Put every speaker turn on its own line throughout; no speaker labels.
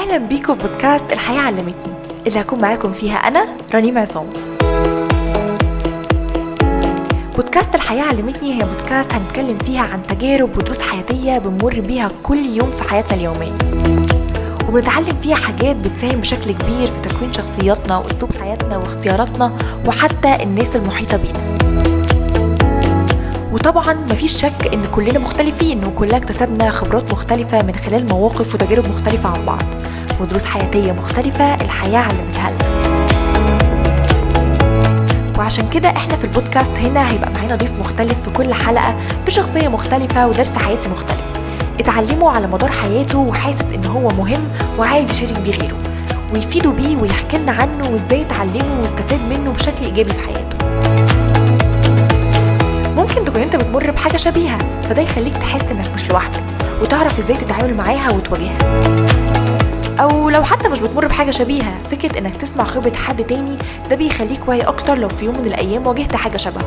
أهلا بيكم في بودكاست الحياة علمتني اللي هكون معاكم فيها أنا رنيم عصام. بودكاست الحياة علمتني هي بودكاست هنتكلم فيها عن تجارب ودروس حياتية بنمر بيها كل يوم في حياتنا اليومية، وبنتعلم فيها حاجات بتساهم بشكل كبير في تكوين شخصياتنا وأسلوب حياتنا واختياراتنا وحتى الناس المحيطة بينا. وطبعا مفيش شك ان كلنا مختلفين وكلنا اكتسبنا خبرات مختلفة من خلال مواقف وتجارب مختلفة عن بعض ودروس حياتية مختلفة الحياة علمتها لنا. وعشان كده احنا في البودكاست هنا هيبقى معانا ضيف مختلف في كل حلقة بشخصية مختلفة ودرس حياتي مختلف اتعلمه على مدار حياته وحاسس ان هو مهم وعايز يشارك بيه غيره ويفيدوا بيه ويحكي لنا عنه وازاي اتعلمه واستفاد منه بشكل ايجابي في حياته. ممكن تكون انت بتمر بحاجة شبيهة، فده يخليك تحس انك مش لوحدك وتعرف ازاي تتعامل معاها وتواجهها. او لو حتى مش بتمر بحاجة شبيهة، فكرة انك تسمع خبرة حد تاني ده بيخليك واعي اكتر لو في يوم من الايام واجهت حاجة شبهه.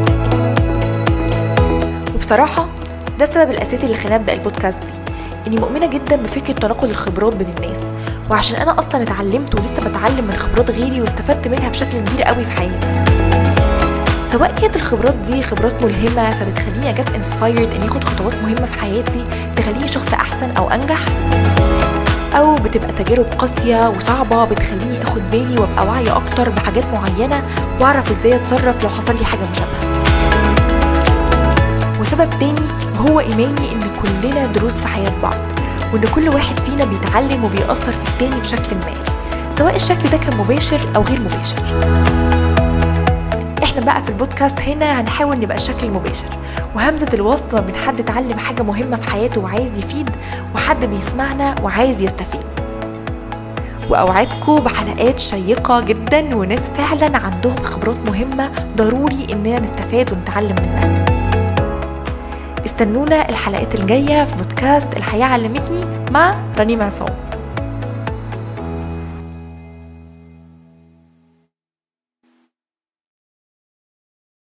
وبصراحة ده السبب الاساسي اللي خلاني ابدا البودكاست دي، اني مؤمنة جدا بفكرة تناقل الخبرات بين الناس، وعشان انا اصلا اتعلمت ولسه بتعلم من خبرات غيري واستفدت منها بشكل كبير قوي في حياتي. سواء كانت الخبرات دي خبرات ملهمة فبتخليني أجت انسبايرد إني أخد خطوات مهمة في حياتي تخليني شخص أحسن أو أنجح، أو بتبقى تجارب قاسية وصعبة بتخليني أخد بالي وأبقى واعية أكتر بحاجات معينة وأعرف إزاي أتصرف لو حصل لي حاجة مشابهة. وسبب تاني هو إيماني إن كلنا دروس في حياة بعض، وإن كل واحد فينا بيتعلم وبيأثر في التاني بشكل ما، سواء الشكل ده كان مباشر أو غير مباشر. احنا بقى في البودكاست هنا هنحاول نبقى الشكل المباشر وهمزة الوصل ما بين حد اتعلم حاجة مهمة في حياته وعايز يفيد وحد بيسمعنا وعايز يستفيد. وأوعدكم بحلقات شيقة جدا وناس فعلا عندهم خبرات مهمة ضروري اننا نستفاد ونتعلم منها. استنونا الحلقات الجاية في بودكاست الحياة علمتني مع رنيم عصام.